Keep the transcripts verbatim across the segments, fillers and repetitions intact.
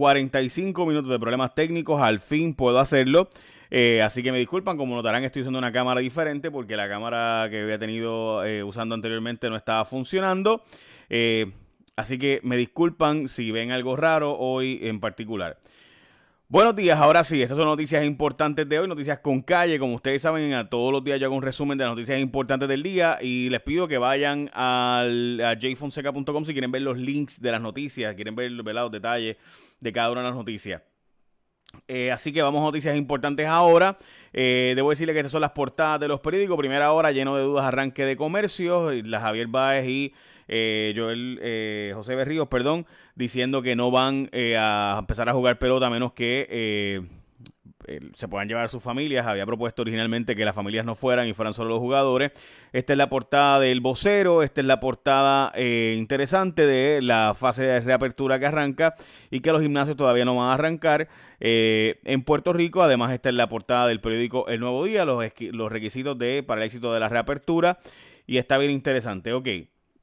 cuarenta y cinco minutos de problemas técnicos, al fin puedo hacerlo. Eh, así que me disculpan, como notarán estoy usando una cámara diferente porque la cámara que había tenido eh, usando anteriormente no estaba funcionando. Eh, así que me disculpan si ven algo raro hoy en particular. Buenos días, ahora sí, estas son noticias importantes de hoy, noticias con calle. Como ustedes saben, a todos los días yo hago un resumen de las noticias importantes del día y les pido que vayan al, a jay fonseca punto com si quieren ver los links de las noticias, quieren ver, ver los detalles de cada una de las noticias. Eh, así que vamos a noticias importantes ahora. Eh, debo decirle que estas son las portadas de los periódicos. Primera hora, lleno de dudas, arranque de comercio. La Javier Báez y eh, Joel eh, José Berríos, perdón, diciendo que no van eh, a empezar a jugar pelota a menos que eh, eh, se puedan llevar a sus familias. Había propuesto originalmente que las familias no fueran y fueran solo los jugadores. Esta es la portada del vocero. Esta es la portada eh, interesante de la fase de reapertura que arranca y que los gimnasios todavía no van a arrancar eh, en Puerto Rico. Además, esta es la portada del periódico El Nuevo Día, los, los requisitos de, para el éxito de la reapertura, y está bien interesante. Ok,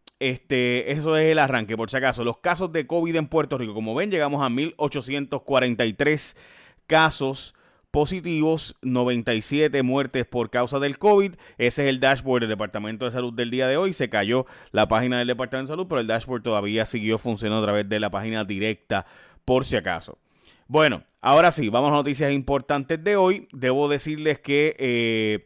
este, eso es el arranque, por si acaso. Los casos de COVID en Puerto Rico, como ven, llegamos a mil ochocientos cuarenta y tres casos positivos, noventa y siete muertes por causa del COVID. Ese es el dashboard del Departamento de Salud del día de hoy. Se cayó la página del Departamento de Salud, pero el dashboard todavía siguió funcionando a través de la página directa, por si acaso. Bueno, ahora sí, vamos a noticias importantes de hoy. Debo decirles que eh,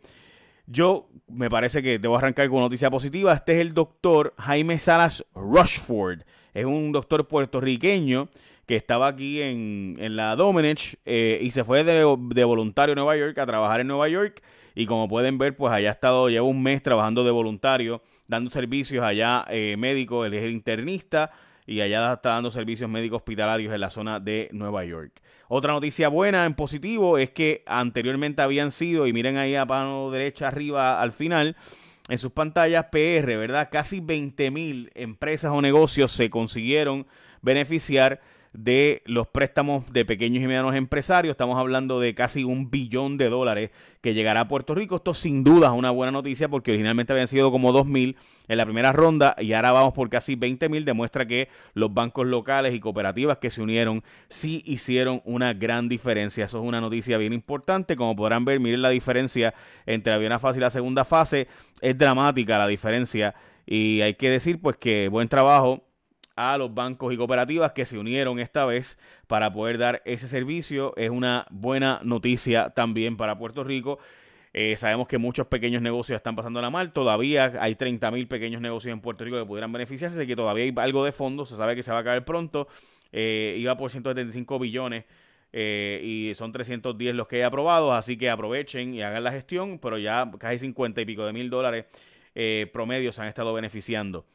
yo me parece que debo arrancar con una noticia positiva. Este es el doctor Jaime Salas Rushford. Es un doctor puertorriqueño que estaba aquí en, en la Domenech eh, y se fue de, de voluntario a Nueva York a trabajar en Nueva York. Y como pueden ver, pues allá ha estado, lleva un mes trabajando de voluntario, dando servicios allá eh, médicos, él es el internista, y allá está dando servicios médicos hospitalarios en la zona de Nueva York. Otra noticia buena en positivo es que anteriormente habían sido, y miren ahí a mano derecha arriba al final, en sus pantallas, P R, ¿verdad? Casi veinte mil empresas o negocios se consiguieron beneficiar de los préstamos de pequeños y medianos empresarios. Estamos hablando de casi un billón de dólares que llegará a Puerto Rico. Esto sin duda es una buena noticia porque originalmente habían sido como dos mil en la primera ronda y ahora vamos por casi veinte mil. Demuestra que los bancos locales y cooperativas que se unieron sí hicieron una gran diferencia. Eso es una noticia bien importante. Como podrán ver, miren la diferencia entre la primera fase y la segunda fase. Es dramática la diferencia y hay que decir pues que buen trabajo a los bancos y cooperativas que se unieron esta vez para poder dar ese servicio. Es una buena noticia también para Puerto Rico. Eh, sabemos que muchos pequeños negocios están pasándola mal. Todavía hay treinta mil pequeños negocios en Puerto Rico que pudieran beneficiarse, así que todavía hay algo de fondo. Se sabe que se va a caer pronto. Eh, iba por ciento setenta y cinco billones eh, y son trescientos diez los que hay aprobados, así que aprovechen y hagan la gestión, pero ya casi cincuenta y pico de mil dólares eh, promedios se han estado beneficiando.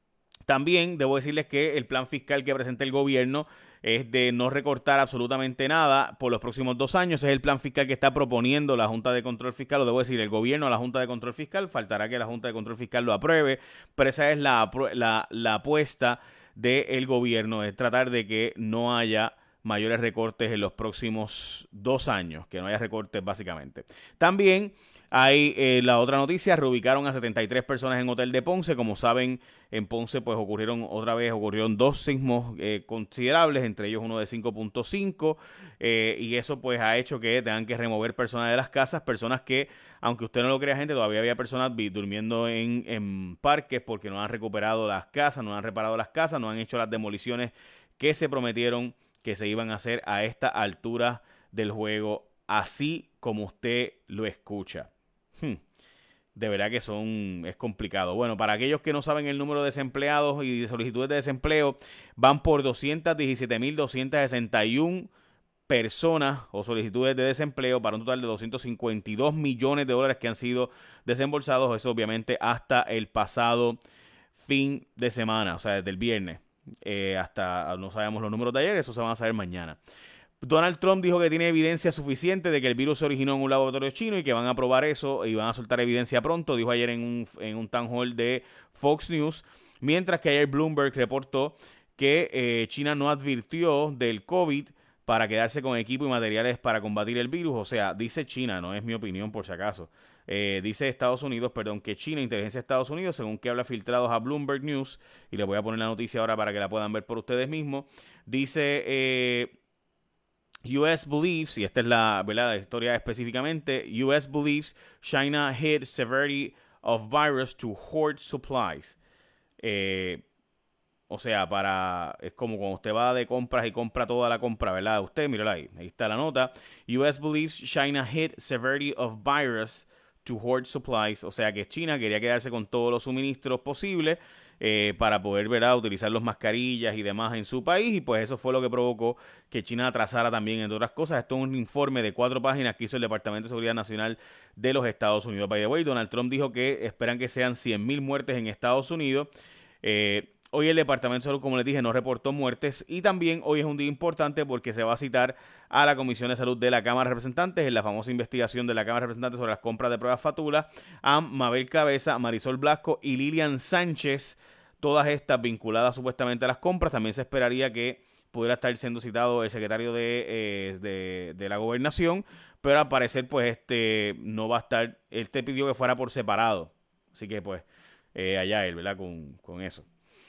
También debo decirles que el plan fiscal que presenta el gobierno es de no recortar absolutamente nada por los próximos dos años. Es el plan fiscal que está proponiendo la Junta de Control Fiscal, o debo decir el gobierno a la Junta de Control Fiscal. Faltará que la Junta de Control Fiscal lo apruebe, pero esa es la, la, la apuesta del gobierno, es tratar de que no haya mayores recortes en los próximos dos años, que no haya recortes básicamente. También hay eh, la otra noticia, reubicaron a setenta y tres personas en hotel de Ponce. Como saben, en Ponce pues ocurrieron otra vez, ocurrieron dos sismos eh, considerables, entre ellos uno de cinco punto cinco, eh, y eso pues ha hecho que tengan que remover personas de las casas, personas que, aunque usted no lo crea, gente, todavía había personas durmiendo en, en parques porque no han recuperado las casas, no han reparado las casas, no han hecho las demoliciones que se prometieron que se iban a hacer a esta altura del juego, así como usted lo escucha. Hmm. De verdad que son es complicado. Bueno, para aquellos que no saben el número de desempleados y de solicitudes de desempleo, van por doscientos diecisiete mil doscientos sesenta y una personas o solicitudes de desempleo para un total de doscientos cincuenta y dos millones de dólares que han sido desembolsados. Eso obviamente hasta el pasado fin de semana, o sea, desde el viernes. Eh, hasta no sabemos los números de ayer, eso se van a saber mañana. Donald Trump dijo que tiene evidencia suficiente de que el virus se originó en un laboratorio chino y que van a probar eso y van a soltar evidencia pronto, dijo ayer en un, en un town hall de Fox News, mientras que ayer Bloomberg reportó que eh, China no advirtió del COVID para quedarse con equipo y materiales para combatir el virus. O sea, dice China, no es mi opinión por si acaso. Eh, dice Estados Unidos, perdón, que China, inteligencia de Estados Unidos, según que habla filtrados a Bloomberg News, y les voy a poner la noticia ahora para que la puedan ver por ustedes mismos, dice eh, U S believes, y esta es la, ¿verdad?, la historia específicamente, U S believes China hid severity of virus to hoard supplies. Eh, o sea, para es como cuando usted va de compras y compra toda la compra, ¿verdad? Usted, mírala ahí, ahí está la nota. U S believes China hid severity of virus to hoard supplies. O sea que China quería quedarse con todos los suministros posibles eh, para poder, ¿verdad?, utilizar las mascarillas y demás en su país. Y pues eso fue lo que provocó que China atrasara también, entre otras cosas. Esto es un informe de cuatro páginas que hizo el Departamento de Seguridad Nacional de los Estados Unidos. By the way, Donald Trump dijo que esperan que sean cien mil muertes en Estados Unidos. Eh, Hoy el Departamento de Salud, como les dije, no reportó muertes y también hoy es un día importante porque se va a citar a la Comisión de Salud de la Cámara de Representantes en la famosa investigación de la Cámara de Representantes sobre las compras de pruebas Fatula a Mabel Cabeza, Marisol Blasco y Lilian Sánchez, todas estas vinculadas supuestamente a las compras. También se esperaría que pudiera estar siendo citado el secretario de, eh, de, de la Gobernación, pero al parecer pues este no va a estar, él te pidió que fuera por separado, así que pues eh, allá él, ¿verdad? Con, con eso.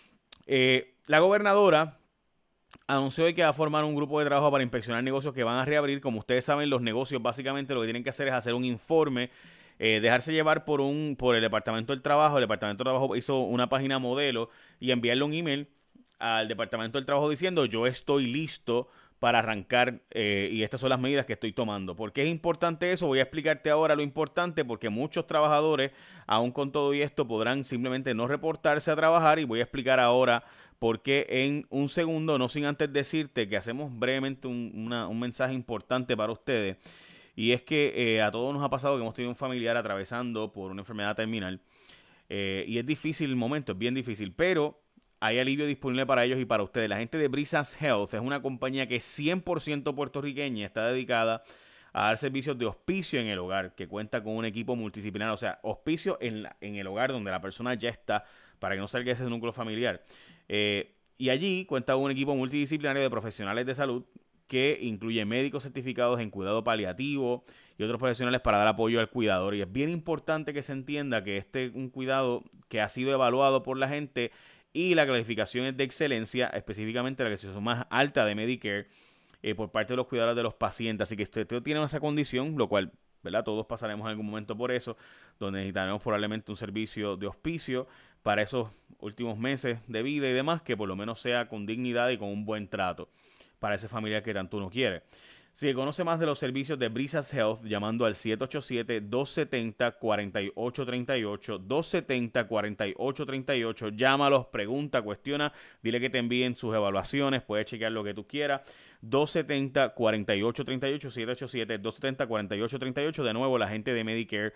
Eh, la gobernadora anunció hoy que va a formar un grupo de trabajo para inspeccionar negocios que van a reabrir. Como ustedes saben, los negocios básicamente lo que tienen que hacer es hacer un informe, eh, dejarse llevar por un por el Departamento del Trabajo. El Departamento del Trabajo hizo una página modelo y enviarle un email al Departamento del Trabajo diciendo yo estoy listo para arrancar eh, y estas son las medidas que estoy tomando. ¿Por qué es importante eso? Voy a explicarte ahora lo importante porque muchos trabajadores, aún con todo y esto, podrán simplemente no reportarse a trabajar y voy a explicar ahora por qué en un segundo, no sin antes decirte que hacemos brevemente un, una, un mensaje importante para ustedes. Y es que eh, a todos nos ha pasado que hemos tenido un familiar atravesando por una enfermedad terminal eh, y es difícil el momento, es bien difícil, pero hay alivio disponible para ellos y para ustedes. La gente de Brisas Health es una compañía que es cien por ciento puertorriqueña, está dedicada a dar servicios de hospicio en el hogar, que cuenta con un equipo multidisciplinario, o sea, hospicio en, la, en el hogar donde la persona ya está, para que no salga ese núcleo familiar. Eh, y allí cuenta con un equipo multidisciplinario de profesionales de salud que incluye médicos certificados en cuidado paliativo y otros profesionales para dar apoyo al cuidador. Y es bien importante que se entienda que este es un cuidado que ha sido evaluado por la gente y la calificación es de excelencia, específicamente la calificación más alta de Medicare eh, por parte de los cuidadores de los pacientes. Así que si usted tiene esa condición, lo cual, ¿verdad?, todos pasaremos en algún momento por eso, donde necesitaremos probablemente un servicio de hospicio para esos últimos meses de vida y demás, que por lo menos sea con dignidad y con un buen trato para ese familiar que tanto uno quiere. Si conoce más de los servicios de Brisas Health, llamando al siete ocho siete, dos siete cero, cuatro ocho tres ocho, dos siete cero, cuatro ocho tres ocho, llámalos, pregunta, cuestiona, dile que te envíen sus evaluaciones, puedes chequear lo que tú quieras, dos siete cero, cuatro ocho tres ocho, siete ocho siete, dos siete cero, cuatro ocho tres ocho, de nuevo la gente de Medicare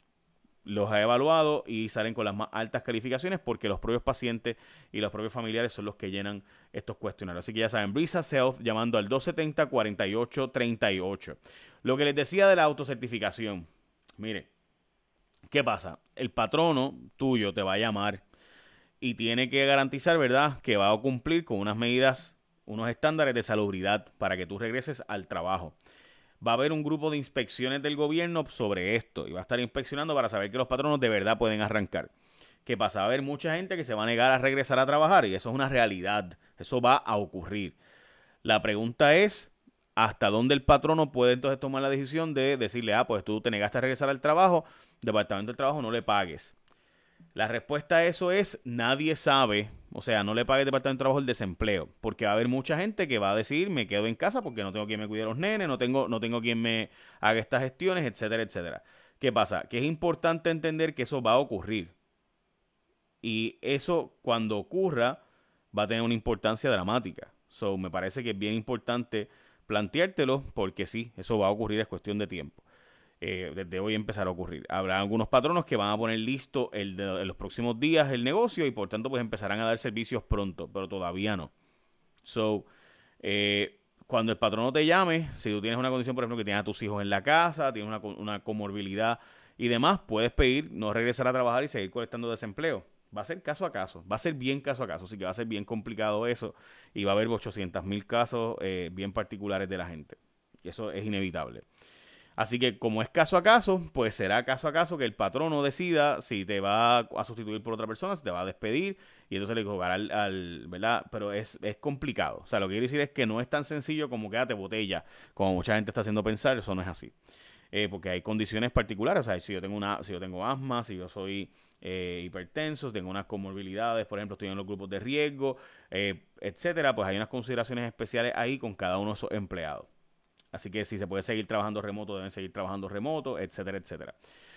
los ha evaluado y salen con las más altas calificaciones porque los propios pacientes y los propios familiares son los que llenan estos cuestionarios. Así que ya saben, Brisas Health llamando al dos siete cero, cuatro ocho tres ocho. Lo que les decía de la autocertificación. Mire, ¿qué pasa? El patrono tuyo te va a llamar y tiene que garantizar, ¿verdad?, que va a cumplir con unas medidas, unos estándares de salubridad para que tú regreses al trabajo. Va a haber un grupo de inspecciones del gobierno sobre esto y va a estar inspeccionando para saber que los patronos de verdad pueden arrancar. ¿Qué pasa? Va a haber mucha gente que se va a negar a regresar a trabajar y eso es una realidad. Eso va a ocurrir. La pregunta es, ¿hasta dónde el patrono puede entonces tomar la decisión de decirle, ah, pues tú te negaste a regresar al trabajo, Departamento del Trabajo no le pagues? La respuesta a eso es, nadie sabe, o sea, no le pague el Departamento de Trabajo el desempleo, porque va a haber mucha gente que va a decir, me quedo en casa porque no tengo quien me cuide a los nenes, no tengo, no tengo quien me haga estas gestiones, etcétera, etcétera. ¿Qué pasa? Que es importante entender que eso va a ocurrir. Y eso, cuando ocurra, va a tener una importancia dramática. So, me parece que es bien importante planteártelo, porque sí, eso va a ocurrir, es cuestión de tiempo. Eh, desde hoy empezar a ocurrir. Habrá algunos patronos que van a poner listo el de, en los próximos días el negocio y por tanto pues empezarán a dar servicios pronto, pero todavía no. So, eh, cuando el patrono te llame, si tú tienes una condición, por ejemplo, que tienes a tus hijos en la casa, tienes una, una comorbilidad y demás, puedes pedir no regresar a trabajar y seguir colectando desempleo. Va a ser caso a caso, va a ser bien caso a caso, así que va a ser bien complicado eso y va a haber ochocientos mil casos eh, bien particulares de la gente. Y eso es inevitable. Así que como es caso a caso, pues será caso a caso que el patrono decida si te va a sustituir por otra persona, si te va a despedir, y entonces le cobrará al, al ¿verdad? Pero es, es complicado. O sea, lo que quiero decir es que no es tan sencillo como quédate botella, como mucha gente está haciendo pensar, eso no es así. Eh, porque hay condiciones particulares, o sea, si yo tengo una, si yo tengo asma, si yo soy eh, hipertenso, tengo unas comorbilidades, por ejemplo, estoy en los grupos de riesgo, eh, etcétera, pues hay unas consideraciones especiales ahí con cada uno de esos empleados. Así que si se puede seguir trabajando remoto, deben seguir trabajando remoto, etcétera, etcétera.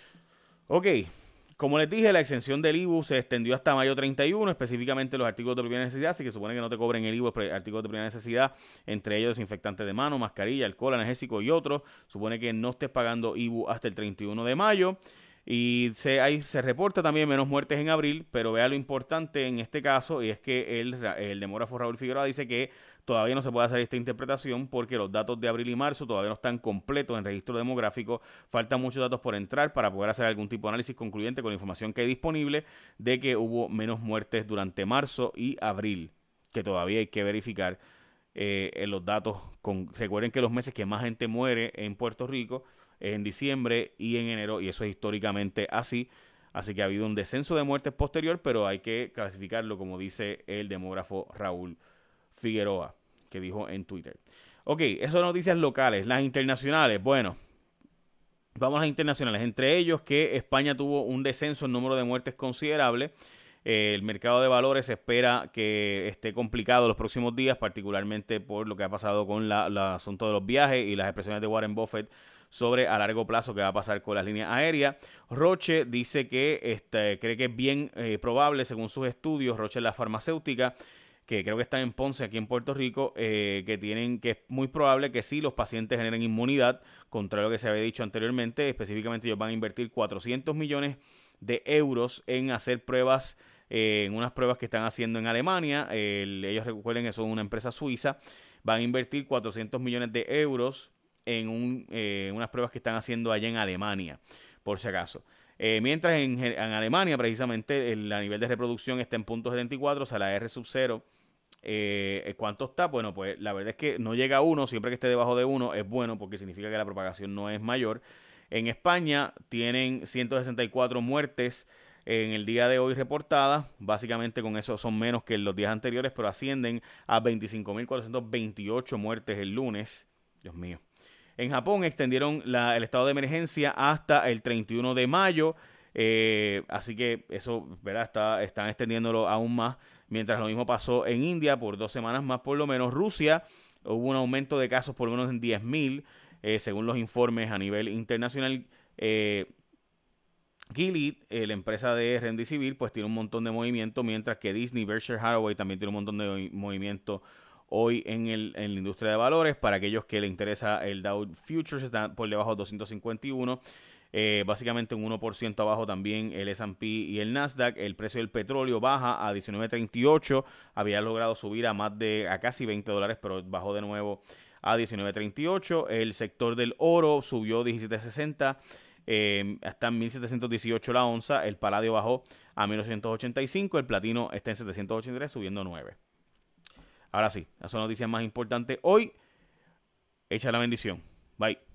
Ok, como les dije, la exención del I B U se extendió hasta mayo treinta y uno, específicamente los artículos de primera necesidad, así que supone que no te cobren el I B U, artículos de primera necesidad, entre ellos desinfectantes de mano, mascarilla, alcohol, analgésico y otros. Supone que no estés pagando I B U hasta el treinta y uno de mayo. Y se, ahí se reporta también menos muertes en abril, pero vea lo importante en este caso, y es que el, el demógrafo Raúl Figueroa dice que todavía no se puede hacer esta interpretación porque los datos de abril y marzo todavía no están completos en registro demográfico. Faltan muchos datos por entrar para poder hacer algún tipo de análisis concluyente con la información que hay disponible de que hubo menos muertes durante marzo y abril, que todavía hay que verificar eh, en los datos. Con, recuerden que los meses que más gente muere en Puerto Rico es en diciembre y en enero, y eso es históricamente así. Así que ha habido un descenso de muertes posterior, pero hay que clasificarlo como dice el demógrafo Raúl Figueroa, que dijo en Twitter. Ok, eso son noticias locales. Las internacionales, bueno, vamos a las internacionales. Entre ellos que España tuvo un descenso en número de muertes considerable. Eh, el mercado de valores se espera que esté complicado los próximos días, particularmente por lo que ha pasado con la, la asunto de los viajes y las expresiones de Warren Buffett sobre a largo plazo qué va a pasar con las líneas aéreas. Roche dice que este, cree que es bien eh, probable, según sus estudios, Roche es la farmacéutica, que creo que están en Ponce, aquí en Puerto Rico, eh, que tienen que es muy probable que sí los pacientes generen inmunidad, contrario a lo que se había dicho anteriormente. Específicamente ellos van a invertir cuatrocientos millones de euros en hacer pruebas, eh, en unas pruebas que están haciendo en Alemania. Eh, ellos recuerden que son una empresa suiza, van a invertir cuatrocientos millones de euros en un, eh, unas pruebas que están haciendo allá en Alemania, por si acaso. Eh, mientras en, en Alemania, precisamente, el a nivel de reproducción está en punto setenta y cuatro, o sea, la R sub cero. Eh, ¿Cuánto está? Bueno, pues la verdad es que no llega a uno, siempre que esté debajo de uno es bueno porque significa que la propagación no es mayor. En España tienen ciento sesenta y cuatro muertes en el día de hoy reportadas, básicamente con eso son menos que en los días anteriores, pero ascienden a veinticinco mil cuatrocientos veintiocho muertes el lunes. Dios mío. En Japón extendieron la, el estado de emergencia hasta el treinta y uno de mayo, eh, así que eso, ¿verdad? Está, están extendiéndolo aún más, mientras lo mismo pasó en India por dos semanas más por lo menos. Rusia, hubo un aumento de casos por lo menos en diez mil, eh, según los informes a nivel internacional. Eh, Gilead, eh, la empresa de Remdesivir, pues tiene un montón de movimiento, mientras que Disney, Berkshire Hathaway también tiene un montón de movimiento hoy en, el, en la industria de valores. Para aquellos que les interesa el Dow Futures, está por debajo de doscientos cincuenta y uno. Eh, básicamente un uno por ciento abajo también el S and P y el Nasdaq. El precio del petróleo baja a diecinueve treinta y ocho. Había logrado subir a más de a casi veinte dólares, pero bajó de nuevo a diecinueve treinta y ocho. El sector del oro subió diecisiete sesenta. Eh, está en mil setecientos dieciocho la onza. El paladio bajó a mil novecientos ochenta y cinco. El platino está en setecientos ochenta y tres, subiendo nueve. Ahora sí, esas son noticias más importantes hoy. Echa la bendición. Bye.